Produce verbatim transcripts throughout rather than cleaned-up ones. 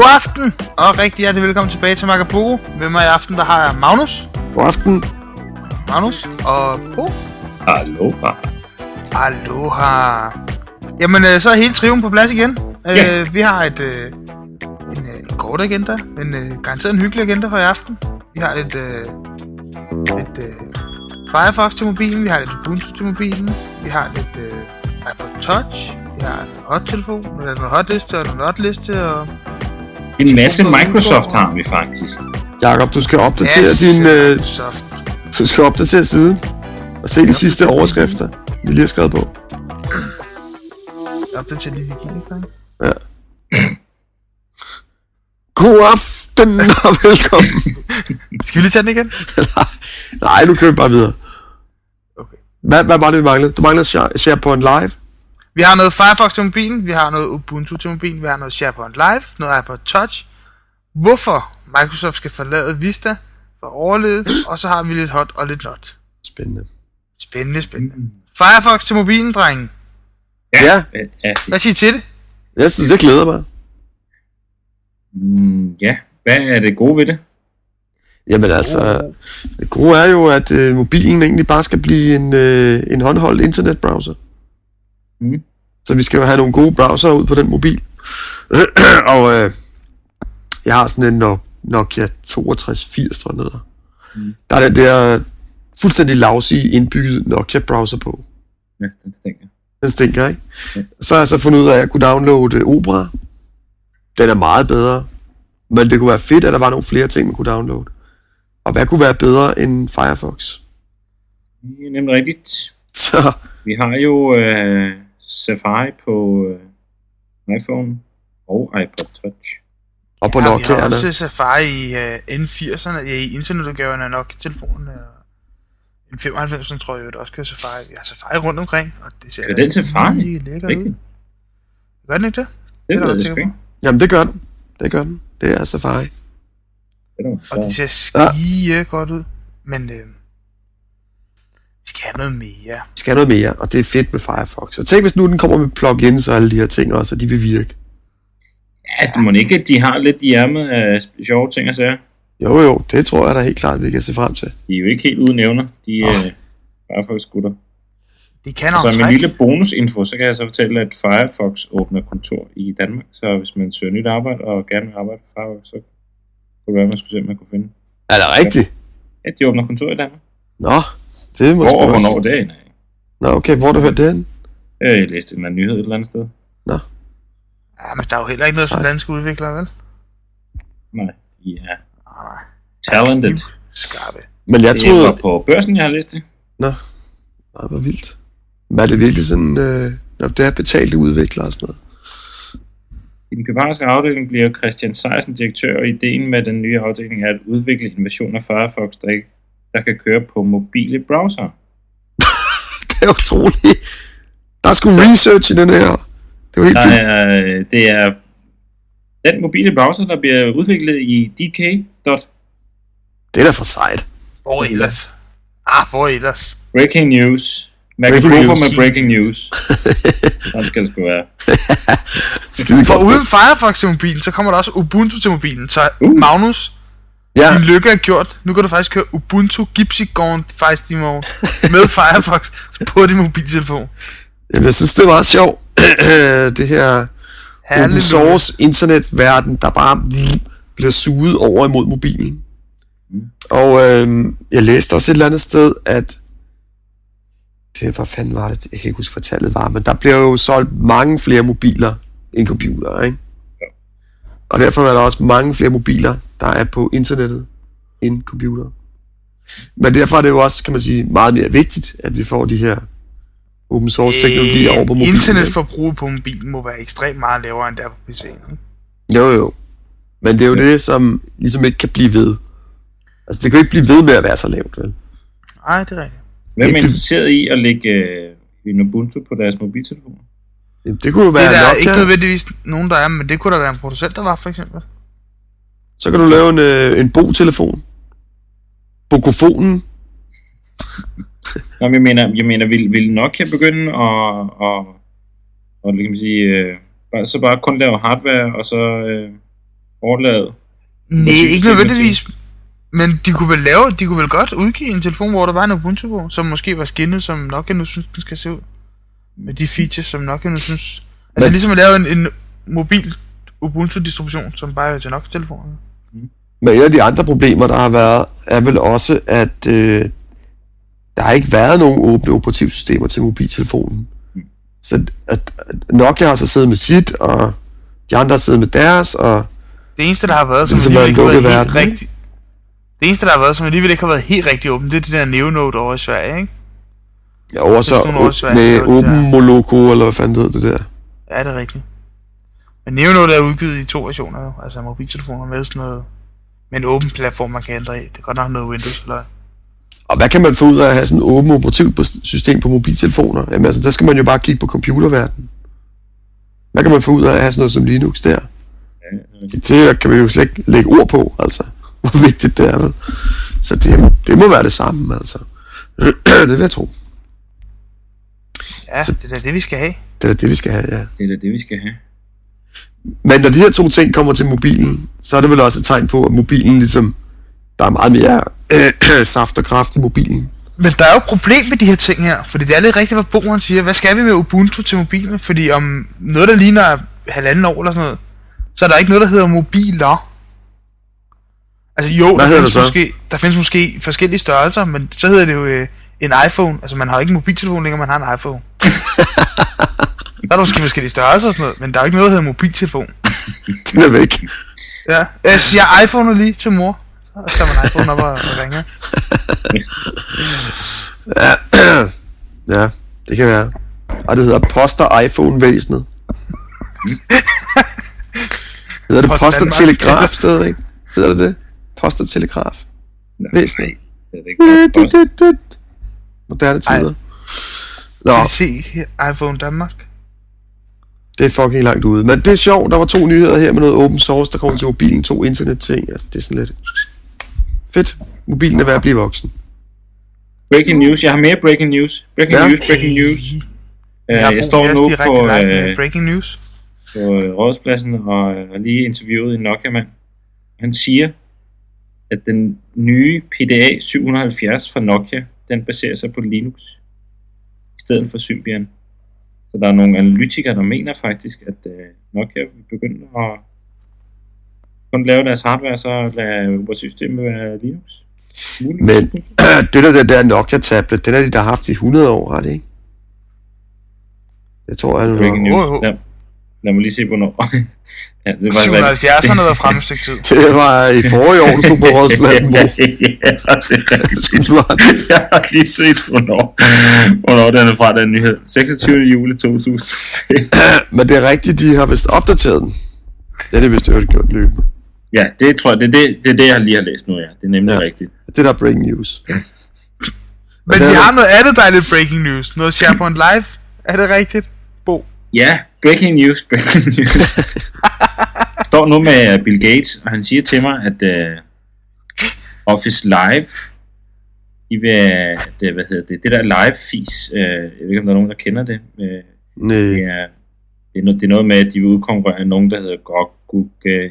God aften, og rigtig hjertelig velkommen tilbage til Magabogo. Med mig i aften, der har jeg Magnus. God aften. Magnus og Bo. Aloha. Aloha. Jamen, så er hele triven på plads igen. Ja. Uh, vi har et, uh, en, uh, en kort agenda, men uh, garanteret en hyggelig agenda for i aften. Vi har lidt, uh, lidt uh, Firefox til mobilen, vi har lidt Ubuntu til mobilen, vi har lidt uh, iPod Touch, vi har en hot-telefon, vi har en hotliste og en hotliste og... En masse Microsoft har vi faktisk. Jakob, du skal opdatere Masse din... Øh, Microsoft. du skal opdatere siden og se de sidste overskrifter, vi lige har skrevet på. Opdatere lige Wikipedia. Ja. God aften og velkommen. Skal vi lige tage den igen? Nej, nu kører vi bare videre. Okay. Hvad, hvad var det, vi manglede? Du manglede share, SharePoint Live. Vi har noget Firefox til mobilen, vi har noget Ubuntu til mobilen, vi har noget SharePoint Live, noget iPod Touch. Hvorfor Microsoft skal forlade Vista for at overleve, og så har vi lidt hot og lidt not. Spændende. Spændende, spændende. Firefox til mobilen, drengen. Ja. ja. Hvad siger I til det? Jeg synes, det glæder mig. Mm, ja, hvad er det gode ved det? Jamen altså, det gode er jo, at øh, mobilen egentlig bare skal blive en, øh, en håndholdt internetbrowser. Mm. Så vi skal jo have nogle gode browser ud på den mobil. og øh, jeg har sådan en Nokia toogtres firs, tror jeg neder. Mm. Der er den der fuldstændig lousy indbygget Nokia browser på. Ja, den stinker. Den stinker, ikke? Ja. Så har jeg så fundet ud af, at jeg kunne downloade Opera. Den er meget bedre. Men det kunne være fedt, at der var nogle flere ting, man kunne downloade. Og hvad kunne være bedre end Firefox? Det er nemlig rigtigt. Så Vi har jo øh, Safari på øh, iPhone og iPod Touch. og på Ja, vi har Nokia'erne. også Safari i uh, N firserne, ja, i internetudgaven af Nokia-telefonen. Uh, N femoghalvfems, tror jeg, der også kører Safari. Vi har Safari rundt omkring, og det ser Er den Safari? lækkert Rigtigt. ud. Gør den ikke det? Det er der ved ret jeg sikker sgu ikke. Jamen, det gør den. Det gør den. Det er Safari. Det er der Og det ser skide godt ud. Men øh, vi skal have noget mere. Vi skal have noget mere, og det er fedt med Firefox. Og tænk, hvis nu den kommer med plugins og alle de her ting også, og de vil virke. Ja, det må ikke, at de har lidt i ærmet af sjove ting at sige. Jo, jo, det tror jeg da helt klart, vi kan se frem til. De er jo ikke helt uden evner, de Oh. øh, Firefox-gutter. Det kan Så nok med en træk. lille bonusinfo, så kan jeg så fortælle, at Firefox åbner kontor i Danmark. Så hvis man søger nyt arbejde og gerne vil arbejde for Firefox, så kunne det være, at man skulle se, om man kunne finde. Er det rigtigt? Ja, de åbner kontor i Danmark. Nå, det må Hvor og hvornår det er? Nej. Nå, okay, hvor har du hørt det henne? Øh, Jeg læste en eller anden nyhed et eller andet sted. Nå, Ja, men der er jo heller ikke noget som Sejt. danske udviklere, vel? Nej, de er Nej. talented. Skarpe. men jeg Det troede... var på børsen, jeg har læst det. Nå, nej, hvor vildt. Men er det virkelig sådan, øh, når det er betalte udviklere og sådan noget? I den københavnske afdeling bliver Christian Seisen direktør, og ideen med den nye afdeling er at udvikle en version af Firefox, der, ikke, der kan køre på mobile browser. Det er utroligt. Der er sgu research i den her. Det er jo helt Der vildt. er, det er den mobile browser, der bliver udviklet i D K. Det er da for sejt. Hvor ellers? Ah, hvor ellers? Breaking news. Breaking Magabogo news. med breaking news. Sådan skal det sgu være. Skide For godt. uden Firefox til mobilen, så kommer der også Ubuntu til mobilen. Så Uh. Magnus, Ja, din lykke er gjort. Nu kan du faktisk køre Ubuntu Gipsygården faktisk i morgen med Firefox på din mobiltelefon. jamen, jeg synes, det er meget sjovt. det her open Halleluja. source internetverden, der bare bliver suget over imod mobilen. Mm. Og øhm, jeg læste også et eller andet sted, at det, hvad fanden var det? Jeg kan ikke huske, hvad tallet var, men der bliver jo solgt mange flere mobiler end computere, ikke? Ja. Og derfor er der også mange flere mobiler, der er på internettet end computere. Men derfor er det jo også, kan man sige, meget mere vigtigt, at vi får de her open source teknologier over på mobilen. Internetforbruget på mobilen må være ekstremt meget lavere end der på P C'en. Ikke? Jo, jo. Men det er jo det, som ligesom ikke kan blive ved. Altså, det kan jo ikke blive ved med at være så lavt, vel? Nej, det er rigtigt. Hvem er Ikke- interesseret i at lægge øh, en Ubuntu på deres mobiltelefon? Jamen, det kunne jo Det være er der nok, ikke ja. nødvendigvis nogen, der er, men det kunne der være en producent, der var, for eksempel. Så kan du lave en, øh, en bo-telefon. Bokofonen. Nå, men jeg mener, jeg mener vil, vil Nokia begynde at, at, at kan man sige, øh, bare, så bare kun lave hardware, og så, øh, overlaget. Nej, ikke nødvendigvis. Men de kunne vel lave, de kunne vel godt udgive en telefon, hvor der var en Ubuntu på, som måske var skinnet, som Nokia nu synes, den skal se ud. Med de features, som Nokia nu synes. Altså men, ligesom at lave en, en mobil Ubuntu-distribution, som bare er til Nokia-telefoner. Men et af de andre problemer, der har været, er vel også, at øh, der har ikke været nogen åbne operativsystemer til mobiltelefonen. Mm. Så at, at Nokia har så siddet med sit, og de andre har siddet med deres, og... Det eneste, der har været, som alligevel ikke har været helt rigtigt... Det eneste, der har været, som alligevel ikke har været helt rigtig åbent, det er det der Neonode over i Sverige, ikke? Ja, over så med Open Moloko, eller hvad fanden hedder det der? Ja, det er rigtigt. Men Neonode er udgivet i to versioner, jo. Altså mobiltelefoner med sådan noget... Med en åben platform, man kan ændre i. Det er godt nok noget Windows, eller... Og hvad kan man få ud af at have sådan et åbent operativsystem på mobiltelefoner? Jamen altså, der skal man jo bare kigge på computerverdenen. Hvad kan man få ud af at have sådan noget som Linux der? Det kan vi jo slet ikke lægge ord på, altså. Hvor vigtigt det er, vel? Så det, det må være det samme, altså. Det vil jeg tro. Ja, så, det er da det, vi skal have. Det er da det, vi skal have, ja. Det er da det, vi skal have. Men når de her to ting kommer til mobilen, så er det vel også et tegn på, at mobilen ligesom... Der er meget mere øh, saft og kraft i mobilen. Men der er jo et problem med de her ting her, fordi det er lidt rigtigt, hvad Boren siger. Hvad skal vi med Ubuntu til mobilen? Fordi om noget, der ligner halvanden år eller sådan noget, så er der ikke noget, der hedder mobiler. Altså jo, der findes, måske, der findes måske forskellige størrelser, men så hedder det jo øh, en iPhone. Altså man har jo ikke en mobiltelefon længere, man har en iPhone. Der er der måske forskellige størrelser og sådan noget, men der er jo ikke noget, der hedder mobiltelefon. Den er væk. Ja, jeg siger iPhone lige til mor. Så tager man iPhone op og, og ringer. Ja, ja, det kan være. Og det hedder Poster iPhone-væsenet. Hedder det Post Poster Telegraf stadig? Hedder det det? Poster Telegraf? Væsenet. Moderne tider. Nå. Kan I se iPhone Danmark? Det er fucking langt ude. Men det er sjovt, der var to nyheder her med noget open source, der kommer til mobilen, to internetting. Ja, det er sådan lidt fedt. Mobilen er ved at blive voksen. Breaking news. Jeg har mere breaking news. Breaking ja. news, breaking news. Uh, jeg, jeg står nu på, uh, breaking news. på uh, Rådhuspladsen og har lige interviewet en Nokia-mand. Han siger, at den nye P D A syv halvfjerds fra Nokia, den baserer sig på Linux i stedet for Symbian. Så der er nogle analytikere, der mener faktisk, at uh, Nokia vil begynde at kun lave deres hardware, så lade operativsystemet være Linux. Muligt. Men det der, der, der Nokia-tablet, den er de, der har haft i hundrede år, har det ikke? Jeg tror, jeg er nu. Lad, lad mig lige se, hvornår. Ja, det var syv halvfjerdserne har været frem et stykke tid. Det var i forrige år, du stod på Rådhuspladsen. Ja, ja, ja, det er jeg har lige set, hvornår, hvornår den er fra, den nyhed. seksogtyvende juli to tusind. Men det er rigtigt, de har vist opdateret den. Det er det vist hørt gjort løbende. Ja, det tror jeg, det er det, det, er det jeg lige har læst nu, ja. Det er nemlig ja, rigtigt. Det der er breaking news. Ja. Men vi har noget andet dejligt breaking news. Noget SharePoint Live. Er det rigtigt, Bo? Ja, breaking news, breaking news. Jeg står nu med Bill Gates, og han siger til mig, at uh, Office Live, de vil, det, hvad hedder det, det der live-fis, uh, jeg ved ikke, om der er nogen, der kender det. Uh, Nej. Det er, det, er noget, det er noget med, at de vil udkonkurrere nogen, der hedder Gog, Gug,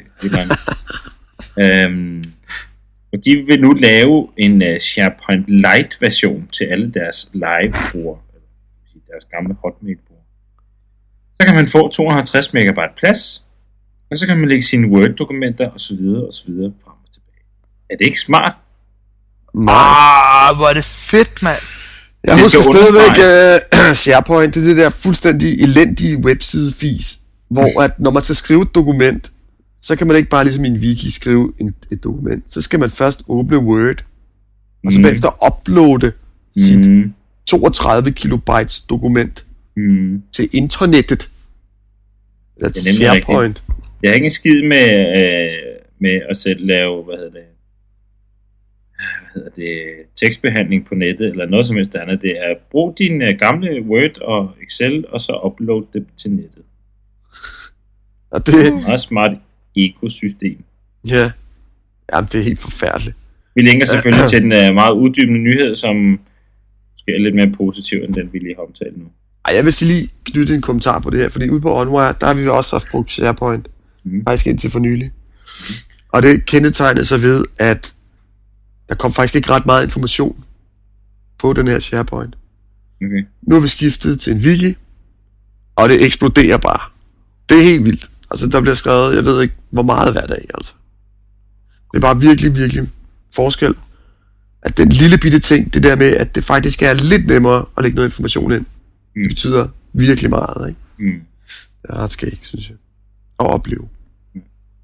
uh, um, og de vil nu lave en uh, SharePoint Lite-version til alle deres live-brugere, deres gamle Hotmail-brugere. Så kan man få to hundrede og halvtreds megabyte plads, og så kan man lægge sine Word-dokumenter og så videre og så videre frem og tilbage. Er det ikke smart? Nej. Ah, hvor er det fedt, mand. Jeg det husker stadigvæk uh, SharePoint, det er det der fuldstændig elendige webside-fis, hvor at når man skal skrive et dokument, så kan man ikke bare ligesom i en wiki skrive en, et dokument. Så skal man først åbne Word, og så mm. bagefter uploade mm. sit toogtredive kilobytes dokument mm. til internettet. Eller til SharePoint. Rigtigt. Jeg har ikke en skid med, øh, med at selv lave, hvad hedder det, hvad hedder det, tekstbehandling på nettet, eller noget som helst andet. Det er, brug din øh, gamle Word og Excel, og så upload det til nettet. Og det er et meget smart ekosystem. Ja, jamen det er helt forfærdeligt. Vi linker selvfølgelig til den øh, meget uddybende nyhed, som måske er lidt mere positiv, end den vi lige har omtalt nu. Ej, jeg vil lige knytte en kommentar på det her, fordi ude på OnWire, der har vi også haft brugt SharePoint, mm. faktisk indtil for nylig. Og det kendetegnede sig ved, at der kom faktisk ikke ret meget information på den her SharePoint. Okay. Nu har vi skiftet til en wiki, og det eksploderer bare. Det er helt vildt. Altså, der bliver skrevet, jeg ved ikke, hvor meget hver dag, altså. Det er bare virkelig, virkelig forskel. At den lille bitte ting, det der med, at det faktisk er lidt nemmere at lægge noget information ind, mm. det betyder virkelig meget, ikke? Mm. Det er ret skægt, synes jeg. At opleve. Mm.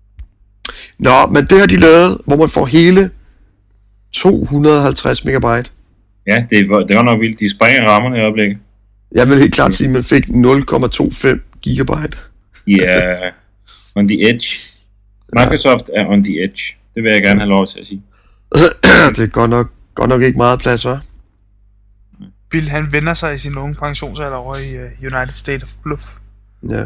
Nå, men det har de lavet, hvor man får hele to hundrede og halvtreds megabyte. Ja, det var, det var nok vildt. De springer rammerne i øjeblikket. Jeg vil helt klart sige, at man fik nul komma toogtyve gigabyte. Ja, yeah. On the edge. Microsoft er on the edge. Det vil jeg gerne have lov til at sige. Det er godt nok, godt nok ikke meget plads, hva'? Bill, han vender sig i sin unge pensionsalder over i uh, United States of Bluff. Ja.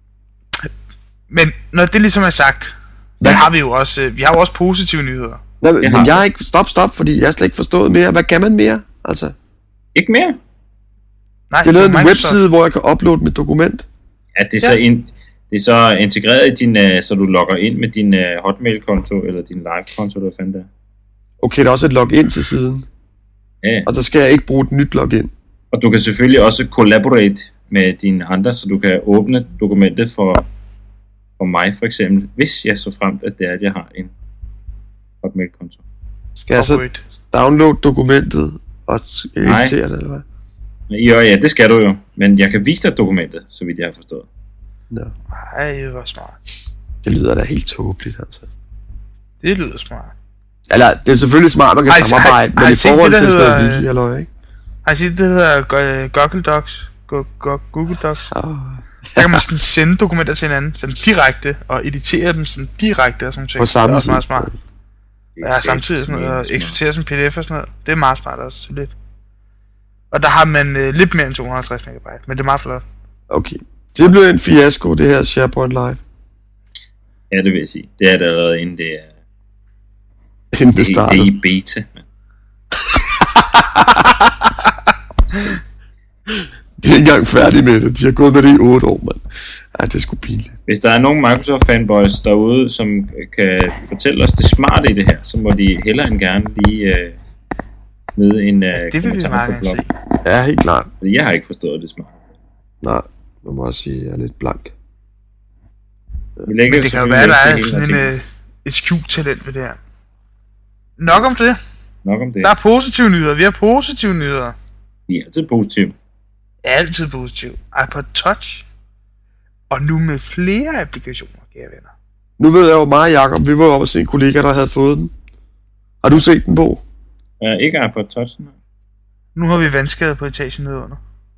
Men når det ligesom er sagt, så ja. har vi jo også, uh, vi har jo også positive nyheder. Nå, men jeg har ikke... Stop, stop, fordi jeg har slet ikke forstået mere. Hvad kan man mere, altså? Ikke mere? Nej, det er lavet en webside, hvor jeg kan uploade mit dokument. Ja, det er, ja. Så, in, det er så integreret i din, uh, så du logger ind med din uh, Hotmail-konto, eller din Live-konto, eller hvad fanden der. Okay, der er også et login til siden. Ja. Og der skal jeg ikke bruge et nyt login. Og du kan selvfølgelig også collaborate med dine andre, så du kan åbne dokumentet for, for mig, for eksempel, hvis jeg så fremt, at det er, at jeg har en Hotmail-konto. Skal jeg så downloade dokumentet og editere det, eller hvad? Ja, ja, det skal du jo. Men jeg kan vise dig dokumentet, så vidt jeg har forstået. Nå. Ej, hvor smart. Det lyder da helt tåbeligt, altså. Det lyder smart. Eller, det er selvfølgelig smart, man kan har samarbejde, har, men i forhold til sådan noget hedder, wiki, eller ikke? Har I set det hedder Google Docs? Google Docs? Oh. Der kan man sådan sende dokumenter til hinanden, sådan direkte, og editere dem sådan direkte og sådan ting. På samme det er også tid. meget smart. Ja, samtidig sådan noget, og eksportere som P D F og sådan noget. Det er meget smart også, så lidt. Og der har man øh, lidt mere end to hundrede og halvtreds megabyte, men det er meget flot. Okay. Det blev en fiasko, det her SharePoint Live. Ja, det vil jeg sige. Det er det allerede, inden det er... Inden det startede. Det er i beta. De er ikke engang færdige med det. De har gået med det i otte år, mand. Ej, det er sgu pinligt. Hvis der er nogen Microsoft-fanboys derude, som kan fortælle os det smarte i det her, så må de hellere end gerne lige øh, med en øh, det vil vi meget gerne se. Ja, helt klart. Fordi jeg har ikke forstået det smart. Nej, man må også sige, at jeg er lidt blank. Vi lægger Men det kan jo være, der er sådan en, øh, et skjult talent ved det her. Nok om det. Nok om det. Der er positive nyheder. Vi har positive nyheder. Vi er altid positive. Altid positiv. iPod Touch. Og nu med flere applikationer, kære venner. Nu ved jeg jo meget, Jacob. Vi var jo oppe og se en kollega, der havde fået den. Har du set den på? Ja, ikke iPod Touch. Nu har vi vandskade på etagen nedenunder.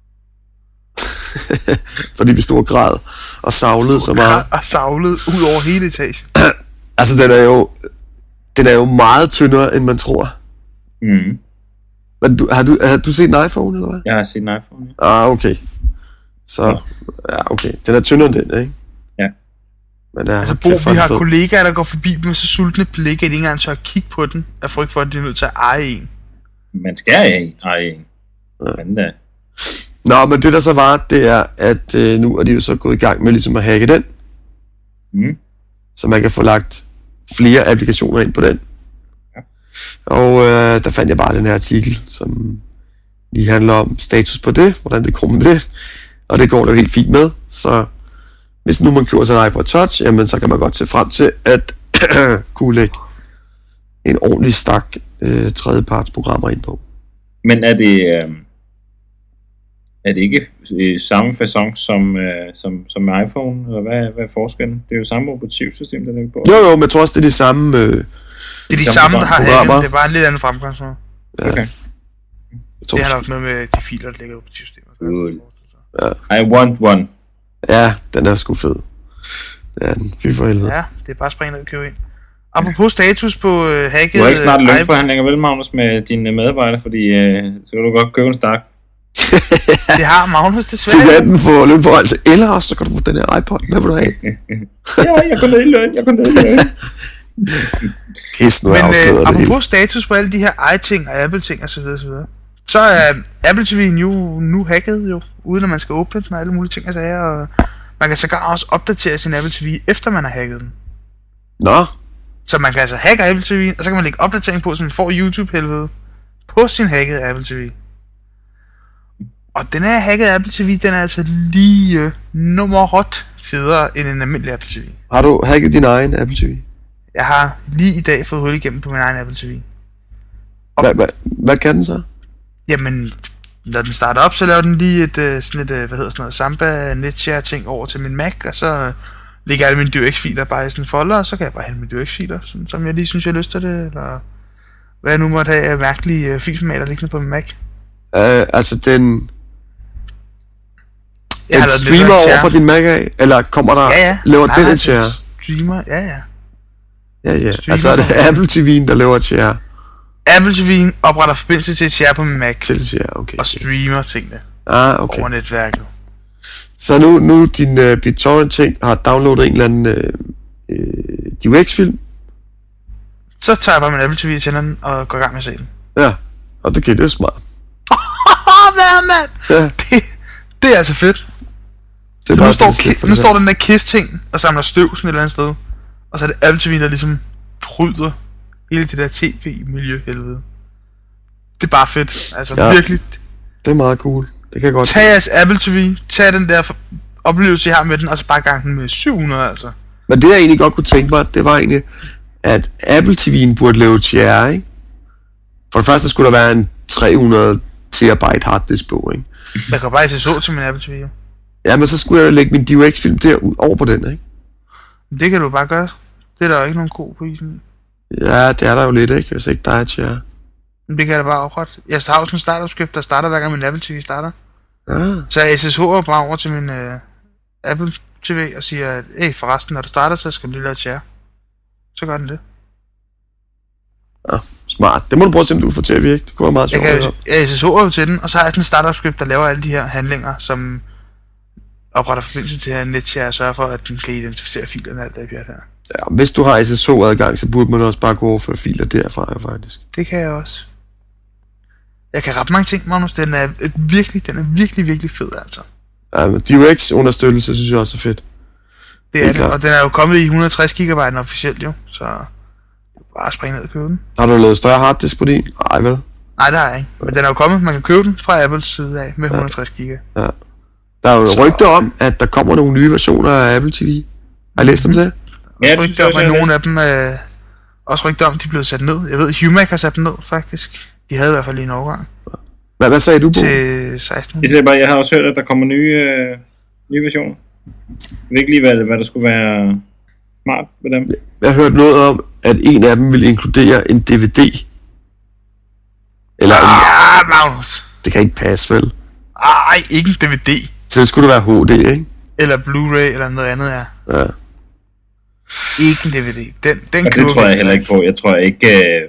Fordi vi stod og græd og savlede så meget. Og savlede ud over hele etagen. Altså, den er jo den er jo meget tyndere, end man tror. Mhm. Men du, har, du, har du set en iPhone, eller hvad? Jeg har set en iPhone, ja. Ah, okay. Så, ja, ja okay. Den er tyndere end den, ikke? Ja. Men ja, altså, Bo, vi har fed. kollegaer, der går forbi med så sultne blikke, at de ikke engang tør at kigge på den. Jeg frygt for, at de er nødt til at eje en. Man skal eje, eje en. Ja. Men da. Nå, men det der så var, det er, at øh, nu er de jo så gået i gang med ligesom at hacke den. Mm. Så man kan få lagt flere applikationer ind på den. Ja. Og øh, der fandt jeg bare den her artikel, som lige handler om status på det, hvordan det går med det. Og det går det jo helt fint med. Så hvis nu man køber sig en iPod Touch, jamen så kan man godt se frem til at kunne lægge en ordentlig stak øh, tredjepartsprogrammer ind på. Men er det... Øh... Er det ikke øh, samme facon som, øh, som, som med iPhone, eller hvad, hvad er forskellen? Det er jo samme operativsystem, der ligger på. Jo, jo, men jeg tror også, det er de samme øh, Det er de samme, der har hacket. Det er bare en lidt anden fremgangsmåde. Ja. Okay. Det har nok noget med de filer, der ligger i operativsystemet. Cool. Ja. I want one. Ja, den er sgu fed. Det er den. Fy for helvede. Ja, det er bare at springe ned og købe ind. Apropos status på øh, hacket... Du har ikke snart lønforhandlinger, vel, Magnus, med dine medarbejdere, fordi øh, så kan du godt købe en stak. Det har Magnus desværre. Du kan enten få lønforhøjelse, eller også så kan du få den her iPod. Hvad vil du have? Ja, jeg går ned i løn, jeg går ned i løn. Pis, nu er jeg Men øh, apropos status på alle de her i-ting og Apple-ting osv. osv. Så er Apple T V nu, nu hacket jo, uden at man skal åbne den og alle mulige ting og sager. Og man kan sågar også opdatere sin Apple T V, efter man har hacket den. Nå. Så man kan altså hacke Apple T V, og så kan man lægge opdatering på, så man får YouTube-helvede på sin hackede Apple T V. Og den her hackede Apple T V, den er altså lige nummerot federe end en almindelig Apple T V. Har du hacket din egen Apple T V? Jeg har lige i dag fået hul igennem på min egen Apple T V. Hvad, hvad, hvad kan den så? Jamen, når den starter op, så laver den lige et, sådan et, hvad hedder sådan noget, Samba Netshare ting over til min Mac, og så ligger alle mine DivX-filer bare i sådan en folder, og så kan jeg bare hente mine DivX-filer, sådan, som jeg lige synes, jeg har lyst til det, eller hvad jeg nu måtte have af mærkelige filformater liggende på min Mac. Uh, altså den... Jeg den streamer over fra din Mac af, eller kommer der... Ja, ja. Laver Nej, den nej, et share? Streamer, ja, ja. Ja, ja. Streamer. Altså er det Apple T V'en, der laver et share? Apple T V'en opretter forbindelse til et share på min Mac. Til et share, okay. Og streamer tingene. Ah, okay. Over netværket. Så nu, nu din uh, BitTorrent-ting har downloadet en eller anden uh, uh, DivX-film? Så tager jeg bare min Apple T V og tænder den, og går i gang med at se den. Ja, og det kan det er smart. Hvad, mand? Ja. Det, det er altså fedt. Det så nu står, ki- nu står den der Kiss-ting og samler støv sådan et eller andet sted. Og så er det Apple T V, der ligesom bryder hele det der tv-miljø-helvede. Det er bare fedt. Altså ja. Virkelig. Det er meget cool. Det kan jeg godt. Tag jeres Apple T V, tag den der oplevelse, jeg har med den, og så bare gang den med syv hundrede, altså. Men det jeg egentlig godt kunne tænke mig, det var egentlig, at Apple T V'en burde lave et share, ikke? For det første skulle der være en tre hundrede terabyte harddisk på, ikke? Jeg kan bare se så til min Apple T V, jo. Ja, men så skulle jeg lægge min DivX-film derud over på den, ikke? Det kan du bare gøre. Det er der jo ikke nogen ko på isen. Ja, det er der jo lidt, ikke? Hvis ikke der er et share. Det kan jeg da bare oprette. Jeg har jo sådan en startup-script, der starter hver gang min Apple T V starter. Ah. Så jeg S S H'er bare over til min uh, Apple T V og siger, at hey, forresten, når du starter, så skal du lige lave et share. Så gør den det. Ja, smart. Det må du prøve at se, om du får til at virke. Det kunne være meget sjovt. Jeg, kan, jeg S S H'er jo til den, og så har jeg sådan en startup-script, der laver alle de her handlinger, som opretter forbindelse til her netshare og sørger for, at den kan identificere filerne og alt det her. Ja, hvis du har S S H-adgang, så burde man også bare gå overføre filer derfra, faktisk. Det kan jeg også. Jeg kan ret mange ting, Magnus. Den er virkelig, den er virkelig, virkelig fed, altså. Ja, men DivX-understøttelse synes jeg også er fedt. Det er det, det og den er jo kommet i et hundrede og tres gigabyte officielt jo, så bare springe ned og købe den. Har du lavet større harddisk på din? Nej, vel? Nej, det har jeg ikke. Men den er jo kommet, man kan købe den fra Apples side af med et hundrede og tres giga. Ja. Der er jo så rygter om, at der kommer nogle nye versioner af Apple T V. Har I læst om det? Ja, også rygter om, at nogle af dem øh, også rygter om, de er blevet sat ned. Jeg ved, Humac har sat dem ned, faktisk. De havde i hvert fald lige en overgang. Hvad, hvad sagde du, Bo? Til seksten hundrede. Jeg siger bare, jeg har også hørt, at der kommer nye, øh, nye versioner. Jeg ved ikke lige, hvad, hvad der skulle være smart ved dem. Jeg har hørt noget om, at en af dem vil inkludere en D V D. Eller ah, en... Magnus. Det kan ikke passe, vel? Ej, ikke en D V D. Så skulle det være H D, ikke? Eller Blu-ray, eller noget andet, ja. Ja. Ikke en D V D. Den, den og det tror jeg heller ikke på. Jeg tror ikke... Øh...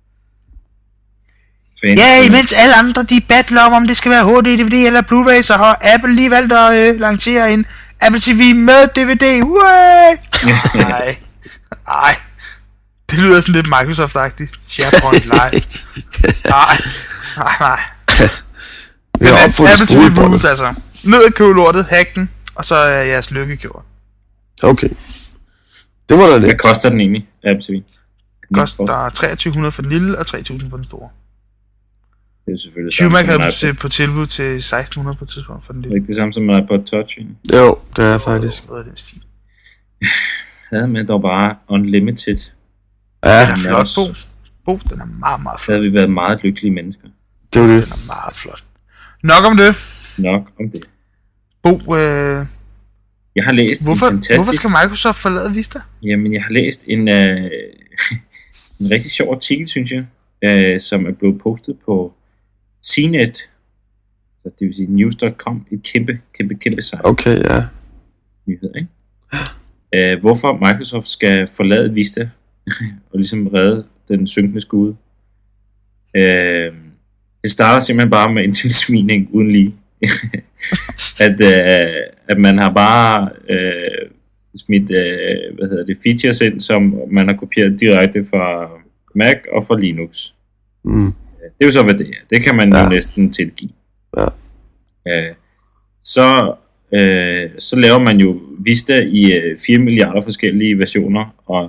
Ja, imens alle andre, de battler om, om det skal være H D, D V D eller Blu-ray, så har Apple lige valgt at øh, lancere en Apple T V med D V D. Nej. Nej. Det lyder sådan lidt Microsoft-agtigt. SharePoint Live. Nej. Nej, nej. Men Apple T V rules, altså. Ned og købe lortet, hack den, og så er jeres lykke gjort. Okay. Det var da lidt. Hvad koster den egentlig, Apple T V? Den koster treogtyve hundrede for den lille, og tre tusind for den store. Det er jo selvfølgelig Humac havde på, på tilbud til seksten hundrede på et tidspunkt for den lille. Det er ikke det samme som iPod Touch egentlig? Jo, det er faktisk. Noget af den stil. Havde man dog bare unlimited. Ja. Den er flot, Bo. Bo, den er meget, meget flot. Så havde vi været meget lykkelige mennesker. Det var det. Den er meget flot. Nok om det. Nok om det. Bo, øh... Jeg har læst hvorfor, en fantastisk... Hvorfor skal Microsoft forlade Vista? Jamen, jeg har læst en, øh... en rigtig sjov artikel, synes jeg, øh, som er blevet postet på C net, så det vil sige news punktum com, et kæmpe, kæmpe, kæmpe site. Okay, ja. Nyhed, ikke? Æh, hvorfor Microsoft skal forlade Vista og ligesom redde den synkende skude. Æh, det starter simpelthen bare med en tilsvining uden lige. at, øh, at man har bare øh, smidt øh, hvad hedder det, features ind, som man har kopieret direkte fra Mac og fra Linux. Mm. Det er jo så, hvad det er. Det kan man ja. jo næsten tilgive. Ja. Øh, så, øh, så laver man jo Vista i øh, fire milliarder forskellige versioner, og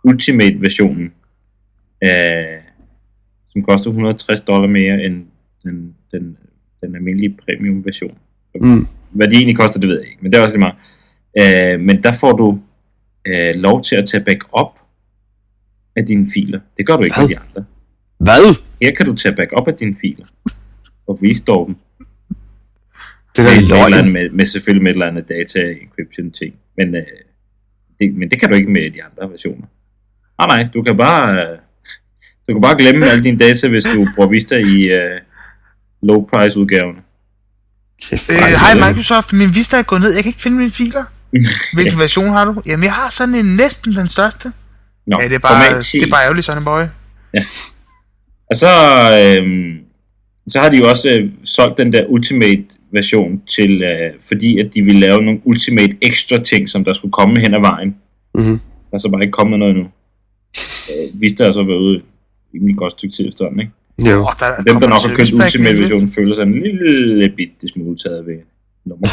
Ultimate-versionen, øh, som koster et hundrede og tres dollar mere end den, den, den almindelige premium-version. Mm. Hvad de egentlig koster, det ved jeg ikke, men det er også lige meget. Øh, men der får du øh, lov til at tage backup af dine filer. Det gør du ikke Hvad? med de andre. Hvad? Her kan du tage backup af dine filer og restore dem. Det Med, er med, et eller andet, løgn. med, med selvfølgelig med et eller andet data encryption ting. Men, øh, det, men det kan du ikke med de andre versioner. Nej, nej, du kan bare øh, du kan bare glemme alle dine data, hvis du bruger Vista i øh, low price udgaverne. Kæft, Øh, hej Microsoft, min Vista er gået ned. Jeg kan ikke finde mine filer. Hvilken version har du? Jamen, jeg har sådan en næsten den største. Nå, Ja, det er bare, format ti. det er bare ærgerligt, sådan en boy. Og så, øh, så har de jo også øh, solgt den der Ultimate version til, øh, fordi at de ville lave nogle Ultimate ekstra ting, som der skulle komme hen ad vejen. Mm-hmm. Der er så bare ikke kommet noget endnu. Øh, Vista har så været ude i en godt stykke tid efterhånden, ikke? Jo. Oh, der, der Dem, der nok har købt service pack Ultimate lige versionen, føler sig en lille bitte smule taget ved nummer.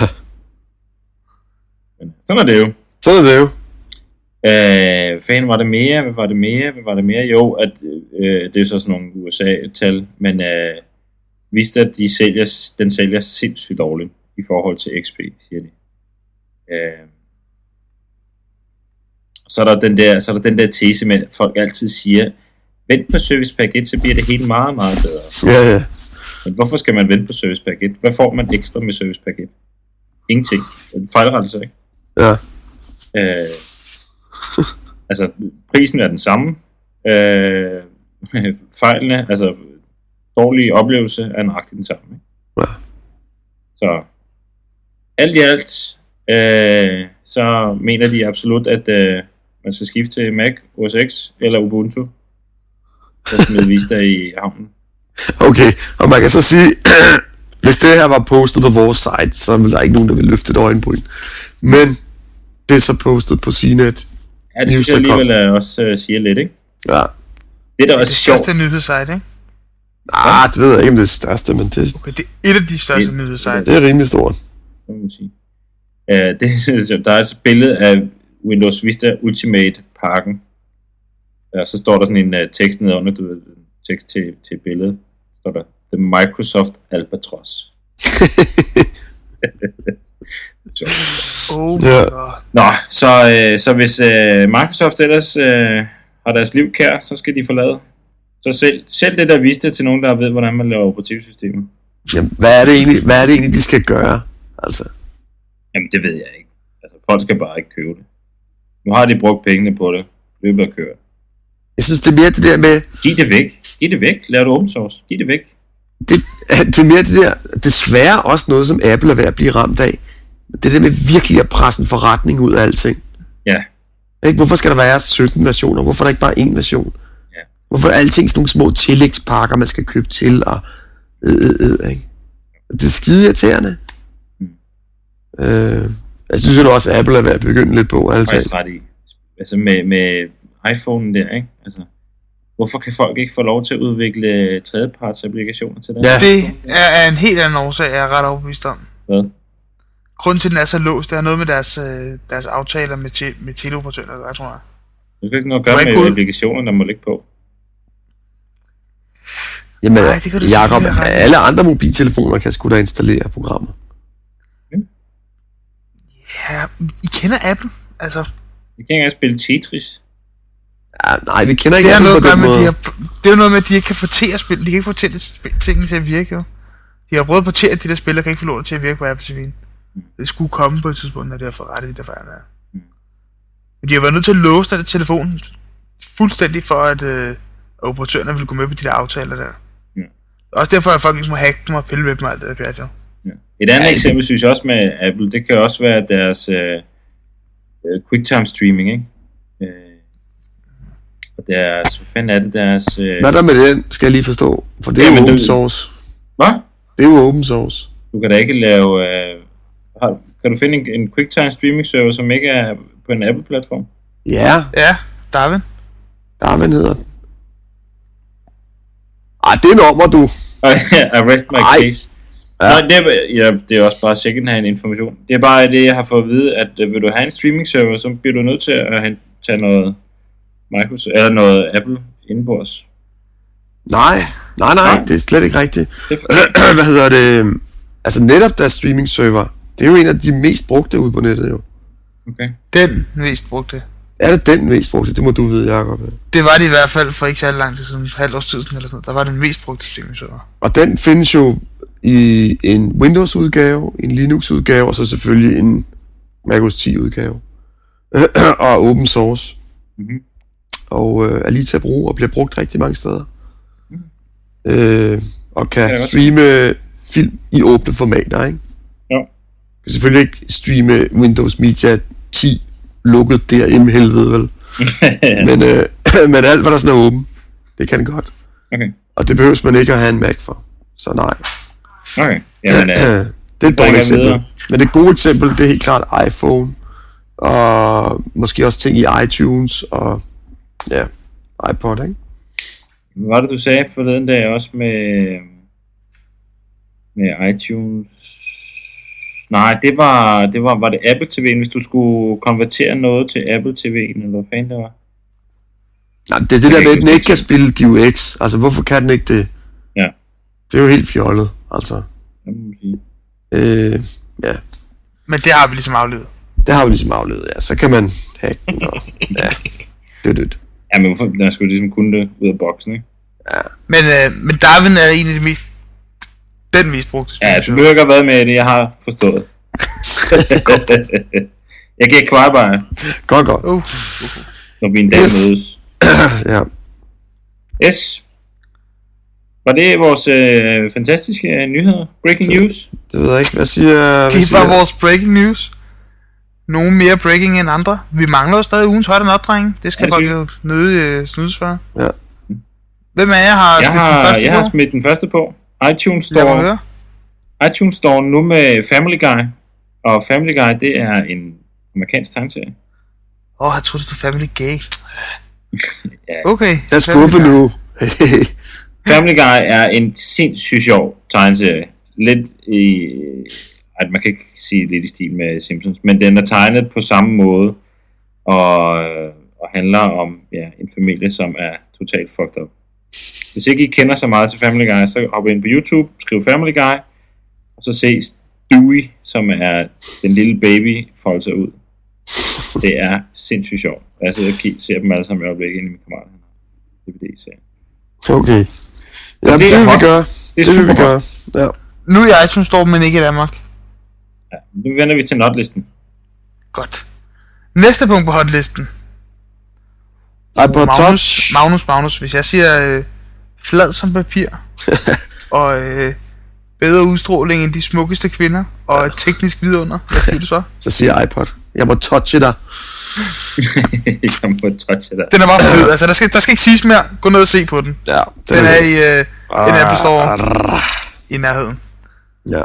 Men sådan er det jo. Sådan er det jo. Øh, fan var det mere? Hvad var det mere? Hvad var det mere? Jo, at, øh, det er så sådan nogle U S A-tal, men øh, Vista, de sælger, den sælger sindssygt dårligt i forhold til X P, siger de. Øh, så er der den der, så er der den der tese med, at folk altid siger, vent på Service Pack et, så bliver det helt meget, meget bedre. Ja, ja. Men hvorfor skal man vente på Service Pack et? Hvad får man ekstra med Service Pack et? Ingenting. En fejlrettelse, ikke? Ja. Øh, altså, prisen er den samme. Øh, fejlene, altså dårlige oplevelse er nøjagtigt den samme. Ikke? Ja. Så alt i alt, øh, så mener de absolut, at øh, man skal skifte til Mac, O S X eller Ubuntu. Så smide Vista i havnen. Okay, og man kan så sige, hvis det her var postet på vores site, så ville der ikke nogen, der ville løfte et øjenbryn. Men det er så postet på C net. Ja, det synes jeg alligevel uh, også uh, siger lidt, ikke? Ja. Det er da Det også er sjovt. det største nyhedssite, ikke? Ah, det ved jeg ikke, om det er det største, men det, Okay, det er et af de største Det- nyhedssite. det er rimelig stort. Det må man sige. Uh, det synes jeg, der er et billede af Windows Vista Ultimate pakken. Og så står der sådan en uh, tekst nedenunder, du ved, en tekst til, til billedet. Så står der, The Microsoft Albatross. Oh my Ja. god. Nå, så, øh, så hvis øh, Microsoft ellers øh, har deres liv kær, så skal de forlade. Så selv, selv det der viste til nogen, der ved, hvordan man laver operativsystemer. Jamen, hvad er det egentlig, hvad er det egentlig, de skal gøre? Altså, Jamen, det ved jeg ikke. Altså, folk skal bare ikke købe det. Nu har de brugt pengene på det. Løbet at køre. jeg synes, det er mere det der med, Giv det væk. Giv det væk. Lav det open source. Giv det væk. det, det er mere det der, desværre også noget, som Apple er ved at blive ramt af. Det der med virkelig at presse en forretning ud af alting. Ja. Ikke? Hvorfor skal der være sytten versioner? Hvorfor er der ikke bare én version? Ja. Hvorfor er alting sådan nogle små tillægspakker, man skal købe til, og øh, øh, øh, ikke? Det er skide irriterende. Mm. Øh, jeg synes jo også, at Apple er ved at begynde lidt på. Altså. Faktisk ret i. Altså, med, med iPhone'en der, ikke? Altså, hvorfor kan folk ikke få lov til at udvikle tredjeparts applikationer til det? Ja. Det er af en helt anden årsag, jeg er ret overbevist om. Hvad? Grunden til, at den er så låst, det har noget med deres, øh, deres aftaler med, te- med teleoperatører, jeg tror jeg. Det kan ikke noget at gøre Du er ikke med ude- applikationer, der må ligge på. Jamen, Nej, det kan du Jacob, selvfølgelig have ret i. alle andre mobiltelefoner kan sgu da installere programmer. Ja, I kender Apple, altså. Jeg kan ikke engang spille Tetris. Ja, nej, vi kender ikke Det er, Apple noget på at gøre den med, måde. de har, det er jo noget med, at de ikke kan få til at spille. De kan ikke få til at tingene til at virke, jo. De har prøvet at portere de der spil, der kan ikke få lov til at virke på Apple T V'en. Det skulle komme på et tidspunkt, når de har fået ret i de der fejl der. Men de har været nødt til at låse den telefonen fuldstændig for, at øh, operatørerne ville gå med på de der aftaler der. Ja. Også derfor, at folk ikke må hacke dem og pille med dem og alt det der pjat, jo. Ja. Et andet Ja, ja, det- eksempel, synes jeg også med Apple, det kan også være deres øh, øh, QuickTime streaming, ikke? Øh, og deres, hvad fanden er det, deres... Øh, Hvad er der med den, skal jeg lige forstå? For det er Jamen, jo open du- source. hvad? Det er jo open source. Du kan da ikke lave... Øh, har, kan du finde en, en QuickTime streaming server, som ikke er på en Apple-platform? Ja, Ja, Darwin. Darwin hedder den. Ej, det er nummer, du. Arrest my Ej. case. Ja. Ja. Nej, det er, ja, det er også bare second-hand information. Det er bare det, jeg har fået at vide, at øh, vil du have en streaming server, så bliver du nødt til at have, tage noget, Microsoft, eller noget Apple indenbords. Nej, nej, nej, Nej. det er slet ikke rigtigt. Det er Hvad hedder det? Altså netop deres streaming server, det er jo en af de mest brugte ude på nettet jo. Okay. Den mest brugte. Er det den mest brugte? Det må du vide, Jacob. Det var det i hvert fald for ikke så lang tid siden, halvt års tid siden eller sådan noget. Der var den mest brugte streaming server. Og den findes jo i en Windows-udgave, en Linux-udgave, og så selvfølgelig en macOS ti-udgave. Og open source. Mm-hmm. Og øh, er lige til at bruge, og bliver brugt rigtig mange steder. Mm. Øh, og kan Ja, streame film i åbne formater, ikke? Ja. Kan selvfølgelig ikke streame Windows Media ti lukket der i helvede, vel? men, øh, men alt, hvad der sådan er åben, det kan det godt. Okay. Og det behøves man ikke at have en Mac for. Så nej. Okay. Jamen, øh, det er et bringer dårligt eksempel. videre. Men det gode eksempel, det er helt klart iPhone. Og måske også ting i iTunes og ja, iPod, ikke? hvad var det, du sagde forleden dag også med, med iTunes? Nej, det var, det var, var det Apple T V'en, hvis du skulle konvertere noget til Apple T V'en, eller hvad fanden det var? Nej, det er det der med, at den ikke kan spille D U X. Altså, hvorfor kan den ikke det? Ja. Det er jo helt fjollet, altså. Det må man sige. Øh, ja, Men det har vi ligesom aflevet. det har vi ligesom aflevet, ja. Så kan man hacke den, og ja, det er det. Ja, men hvorfor, der skulle ligesom kunne det ud af boksen, ikke? Men, øh, men Darwin er en af de mest... Den mest brugte Ja, streaming du server. behøver ikke have været med i det, jeg har forstået. Jeg giver kvarbejer, Godt, godt. Uh. når vi en dag Yes. mødes. Ja. Yes. Var det vores øh, fantastiske nyheder? Breaking news? Det ved jeg ikke. Hvad siger... Hvad Det siger var vores breaking news. Nogle mere breaking end andre. Vi mangler jo stadig ugens højt og drenge. Det skal Ja, folk sygt. jo nødig øh, snydes for. Ja. Hvem af jer har Jeg smidt den har, første jeg har på? smidt den første på. iTunes Lad mig Store, høre. iTunes Store nu med Family Guy. Og Family Guy, det er en amerikansk tegneserie. Åh, oh, jeg troede, det var Family Gay. Ja. Okay. Jeg er skuffet nu. Family Guy er en sindssygt sjov tegneserie. Lidt i... Ej, man kan ikke sige lidt i stil med Simpsons, men den er tegnet på samme måde, og, og handler om ja, en familie, som er totalt fucked up. Hvis ikke I kender så meget til Family Guy, så hop ind på YouTube, skriv Family Guy, og så se Stewie, som er den lille baby, folde sig ud. Det er sindssygt sjovt. Jeg sidder og ser dem alle sammen i øjeblikket inde i min kammerat. D V D-serie. Okay. Ja, det det, er det vil vi hot. gøre. Det er Det vil vi super gøre. Ja. Nu er i iTunes Store, men ikke i Danmark. Ja, nu vender vi til notlisten. Godt. Næste punkt på hotlisten. iPod Magnus, Touch. Magnus, Magnus, hvis jeg siger øh, flad som papir, og øh, bedre udstråling end de smukkeste kvinder, og et teknisk vidunder, hvad siger du så? Så siger jeg iPod. Jeg må touche dig. Jeg må touche dig. Den er bare fed, altså der skal, der skal ikke siges mere. Gå ned og se på den. Ja. Den er i øh, en Apple Store Ah, i nærheden. Ja.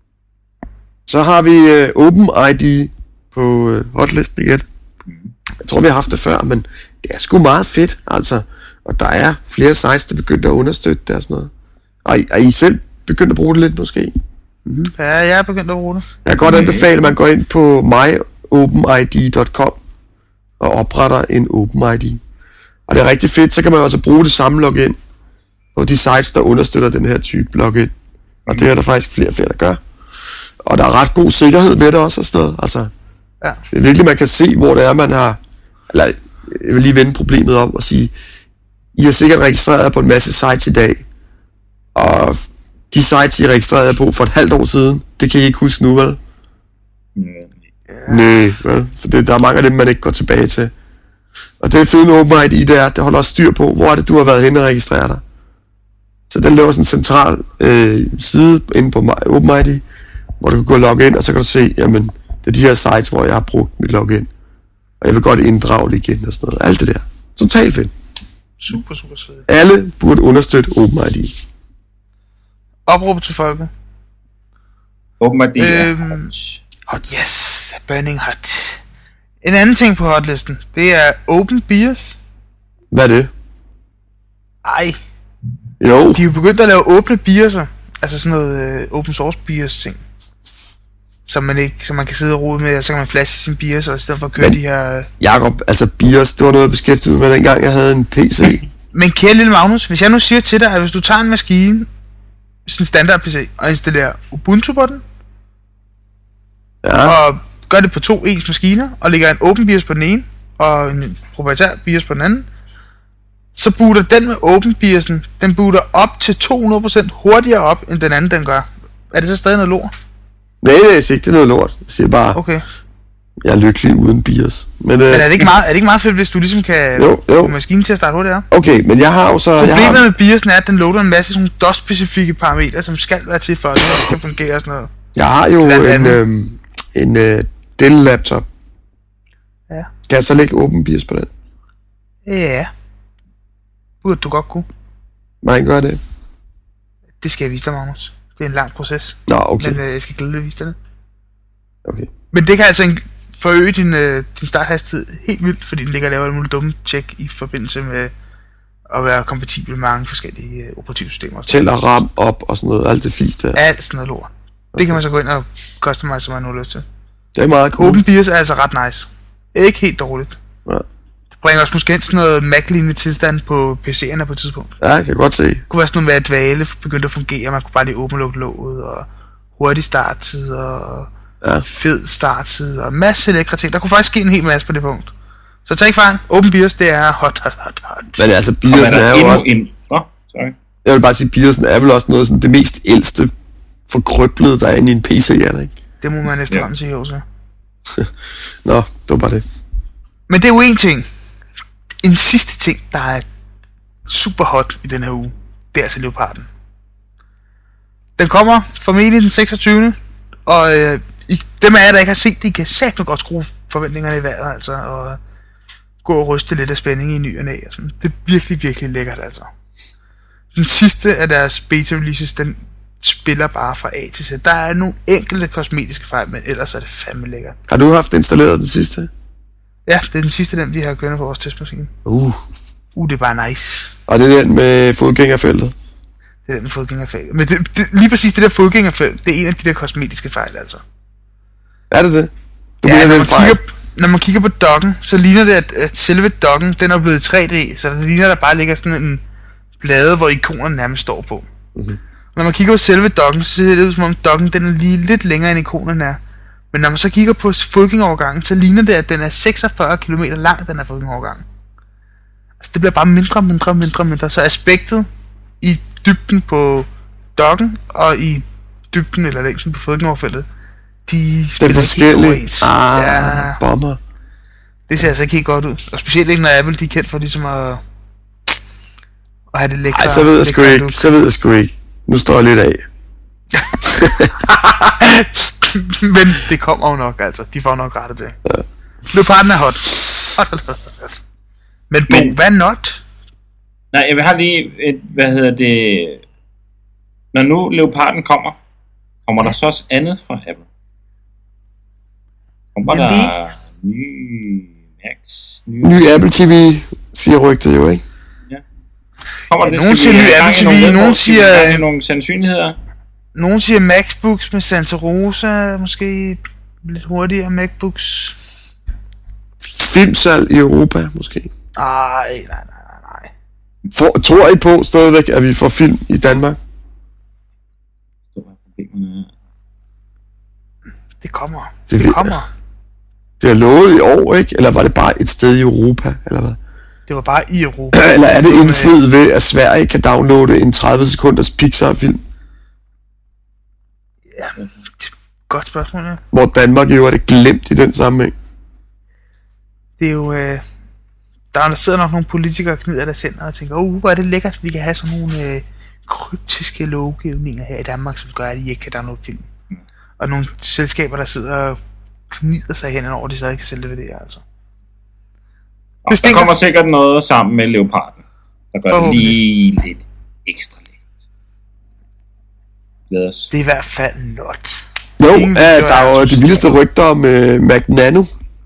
Så har vi uh, OpenID på uh, hotlisten igen. Jeg tror, vi har haft det før, men det er sgu meget fedt, altså. Og der er flere sites, der begyndte at understøtte det og sådan noget. Og I, er I selv begyndt at bruge det lidt, måske? Ja, jeg er begyndt at bruge det. Jeg kan godt anbefale, at man går ind på my open I D dot com og opretter en OpenID. Og det er rigtig fedt, så kan man også bruge det samme login på de sites, der understøtter den her type login. Og det er der faktisk flere og flere, der gør. Og der er ret god sikkerhed med det også og sådan noget. Altså, Ja. det er virkelig, man kan se, hvor det er, man har... Eller, jeg vil lige vende problemet om og sige, I har sikkert registreret jer på en masse sites i dag, og de sites, I er registreret jer på for et halvt år siden, det kan I ikke huske nu, vel? Nej, vel? For det, der er mange af dem, man ikke går tilbage til. Og det fede med OpenID, det er, det holder også styr på, hvor er det, du har været henne og registreret dig. Så den laver sådan en central øh, side inde på OpenID, hvor du kan gå og logge ind, og så kan du se, jamen, det er de her sites, hvor jeg har brugt mit login. Og jeg vil godt inddrage det igen og sådan noget. Alt det der. Totalt fedt. Super, super svedigt. Alle burde understøtte OpenID. Opråb til folket. OpenID er Øhm, hot. Hot. Yes, burning hot. En anden ting på hotlisten, det er Open Beers. Hvad er det? Ej, Jo. de er jo begyndt at lave åbne beerser. Altså sådan noget øh, open source beers ting. som man ikke, som man kan sidde og rode med, og så kan man flashe sin biers, og i stedet for at køre Men- de her... Jakob, altså BIOS, det var noget, jeg beskæftigede med dengang, jeg havde en P C. Men kære lille Magnus, hvis jeg nu siger til dig, at hvis du tager en maskine, sådan en standard P C, og installerer Ubuntu på den, Ja, og gør det på to ens maskiner, og lægger en OpenBIOS på den ene, og en proprietær BIOS på den anden, så booter den med OpenBIOS'en, den booter op til to hundrede procent hurtigere op, end den anden den gør. Er det så stadig noget lort? nej, nej, jeg siger ikke, det er noget lort. Jeg siger bare, Okay. jeg er lykkelig uden BIOS. Men, øh, Men er det ikke meget, er det ikke meget fedt, hvis du ligesom kan Jo, jo. få maskinen til at starte hurtigere? okay, men jeg har jo så... Jeg Problemet har, med BIOS'en er, at den loader en masse sådan D O S-specifikke parametre, som skal være til for, at det skal fungere og sådan noget. jeg har jo Blandt en, andet. øhm, en øh, Dell-laptop. Ja. Kan jeg så lægge OpenBIOS på den? Ja. Burde du godt kunne. Nej, gør det. Det skal jeg vise dig, Magnus. Det er en lang proces. Nå, okay. Men øh, jeg skal glæde vise dig det. okay. Men det kan altså en- forøge din, øh, din starthastighed helt vildt, fordi den ligger og laver alle mulige dumme tjek i forbindelse med at være kompatibel med mange forskellige øh, operativsystemer. Tæller RAM op og sådan noget, alt det fisk der. Alt sådan noget lort. Okay. Det kan man så gå ind og customize, som man nu har lyst til. Det er meget cool. OpenBIOS er altså ret nice. Ikke helt dårligt. Ja. Det bringer også måske ind sådan noget Mac-lignende tilstand på P C'erne på et tidspunkt. Ja, jeg kan godt se. Det kunne være sådan noget med, at dvale begyndte at fungere. Man kunne bare lige åbne og lukke låget, og hurtig starttid, og Ja. fed starttid, og masse lækre ting. Der kunne faktisk ske en hel masse på det punkt. Så tag ikke fejl. OpenBIOS, det er hot, hot, hot, hot. Men altså, Og BIOS'en man er er jo endnu også... en... Nå, sorry. Jeg vil bare sige, BIOS'en er vel også noget sådan det mest ældste forkrøblede, der er inde i en P C, er det ikke? Det må man efterhånden sige også. Nå, det var bare det. Men det er jo en ting. En sidste ting, der er super hot i den her uge, det er altså Leoparden. Den kommer formentlig den seksogtyvende Og øh, I, dem af jer, der ikke har set det, I kan sagt godt skrue forventningerne i vejret, altså, og gå og ryste lidt af spænding i ny og næ. Og sådan. Det er virkelig, virkelig lækkert, altså. Den sidste af deres beta-releases, den spiller bare fra A til Z. Der er nogle enkelte kosmetiske fejl, men ellers er det fandme lækkert. Har du haft installeret det sidste? Ja, det er den sidste, den vi har kørende på vores testmaskine. Uh. Uh, det er bare nice. Og det er den med fodgængerfeltet? Det er den med fodgængerfelt. Men det, det, lige præcis det der fodgængerfelt, det er en af de der kosmetiske fejl, altså. Er det det? Du Ja, mener, når, det er man en fejl? kigger, når man kigger på dokken, så ligner det, at, at selve dokken, den er blevet tre D, så det ligner, at der bare ligger sådan en blade, hvor ikonerne nærmest står på. Mhm. Når man kigger på selve dokken, så ser det ud som om dokken, den er lige lidt længere end ikonerne er. Men når man så kigger på fodgængerovergangen, så ligner det, at den er seksogfyrre kilometer lang, den her fodgængerovergang. Altså det bliver bare mindre, mindre, mindre, mindre. Så aspektet i dybden på dokken og i dybden eller længden på fodgængeroverfeltet, de Det er spiller helt forskelligt. overens. Ah, Ja, bomber. det ser altså ikke helt godt ud. Og specielt ikke, når Apple de er kendt for ligesom at, at have det lækre. Ej, så ved jeg sgu lækre ikke. look. Så ved jeg sgu ikke. Nu står jeg lidt af. Men det kommer jo nok, altså. De får nok rettet det. Ja. Leoparden er hot. Hot, hot, hot, hot. Men Bo, Men- hvad er not? Nej, jeg vil have lige et, hvad hedder det... Når nu Leoparden kommer, kommer der så også andet fra Apple? Kommer Men der nye Max? Nye... Ny Apple T V, siger rygtet jo, ikke? Kommer Ja, det? nogen Skal vi siger ny have gang Apple i nogle T V, vedmål? nogen Skal vi siger- have gang i nogle sandsynligheder? Nogen siger MacBooks med Santa Rosa, måske lidt hurtigere MacBooks. Filmsalg i Europa, måske. Ej, nej, nej, nej, nej. For, tror I på stadigvæk, at vi får film i Danmark? Det kommer. Det Det, ved det kommer. Det er lovet i år, ikke? Eller var det bare et sted i Europa, eller hvad? Det var bare i Europa. Eller er det indfriet ved, at Sverige kan downloade en tredive sekunders Pixar-film, Ja, det er et godt spørgsmål, ja. hvor Danmark jo er det glemt i den sammenhæng? Det er jo... Øh, der sidder nok nogle politikere og knider deres hænder og tænker, uh, hvor er det lækkert, at vi kan have sådan nogle øh, kryptiske lovgivninger her i Danmark, som gør, at I ikke kan downloade film. Og nogle selskaber, der sidder og knider sig i hænderne over, at de stadig kan sælge det, altså. Og der stinker. kommer sikkert noget sammen med Leoparden, der gør det Forhåbentlig. lige lidt ekstra lækkert. Glæder os. Det er i hvert fald not. Jo, Ingen ja, videoer der er jo er de vildeste rygter om uh, Mac Nano.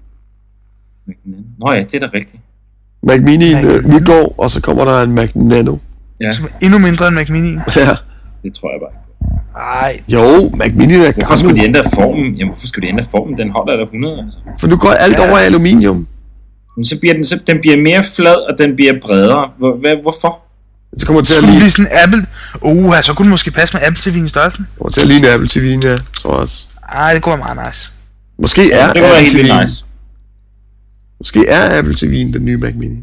Nå ja, det er da rigtigt. Mac Mini Mac uh, Nano. nytår, og så kommer der en Mac Nano. Ja, Som er endnu mindre end Mac Mini. Ja, det tror jeg bare. Ej, Jo, Mac Mini er Hvorfor skulle de gammel. ændre formen? Jamen, hvorfor skulle de ændre formen? Den holder der hundrede, altså. For nu går alt Ja. over i aluminium. Men så bliver den, så, den bliver mere flad, og den bliver bredere. Hvor, hvad, hvorfor? Så kommer det til så at skulle det ligne, blive sådan Apple. Uh, så kunne det måske passe med Apple T V'en størrelsen. kommer til at ligne Apple T V'en, ja, tror jeg også. Ej, det kunne være meget nice. Måske er Det kunne være Apple helt vildt T V'en. nice. Måske er Apple T V'en den nye Mac Mini.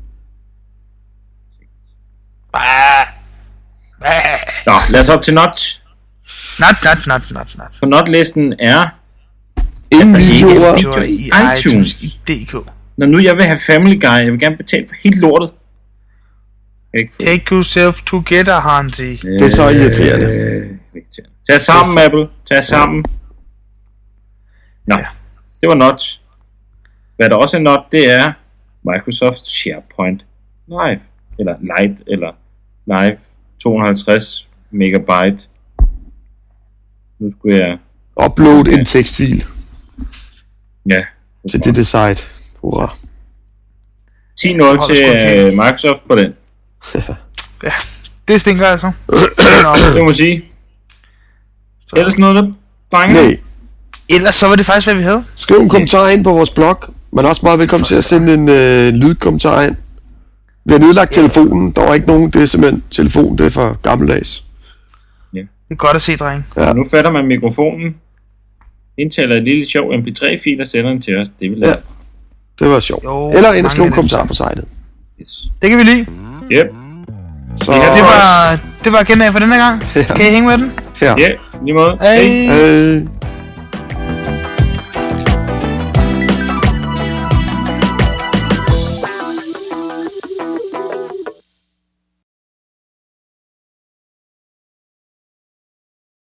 Ah. Ah. Nå, lad os op til Notch. Not, not, not, not, not. På Notlisten er, Ingen der ikke er videoer. video. Så i iTunes. iTunes i D K. når nu jeg vil have Family Guy, jeg vil gerne betale for helt lortet. Jeg kan ikke få det. Take yourself together, Hansi. Det er så irriterende. Øh, irriterende. Tag sammen, Apple. Tag sammen. Nå, Ja. det var Notch. Hvad der også er Notch, det er Microsoft SharePoint Live. Eller Lite, eller Live to hundrede og halvtreds megabyte. Nu skulle jeg... Upload en tekstfil Ja. til dette site. Hurra. ti nul Holder til sgu ikke øh, Microsoft på den. Ja, det stinker altså. Nå. Det må jeg sige. Ellers noget, der banger. Nej. Ellers så var det faktisk, hvad vi havde. Skriv en kommentar ind på vores blog. Man er også meget velkommen til at sende en øh, lydkommentar ind. Vi har nedlagt telefonen. Der var ikke nogen. Det er simpelthen telefon. Det er for gammeldags. Det er godt at se, drenge. Ja. Nu fatter man mikrofonen, indtaler et lille sjov M P tre fil og sender den til os. Det vil Ja. jeg. Det var sjovt. Jo, Eller ind og mange skrive en af kommentar dem. på sitet. Yes. Det kan vi lide. Yep. Så, Det her, Det var, det var gennem for denne gang. Ja. Kan I hænge med den? ja. Ja, lige måde. Hej. Øh,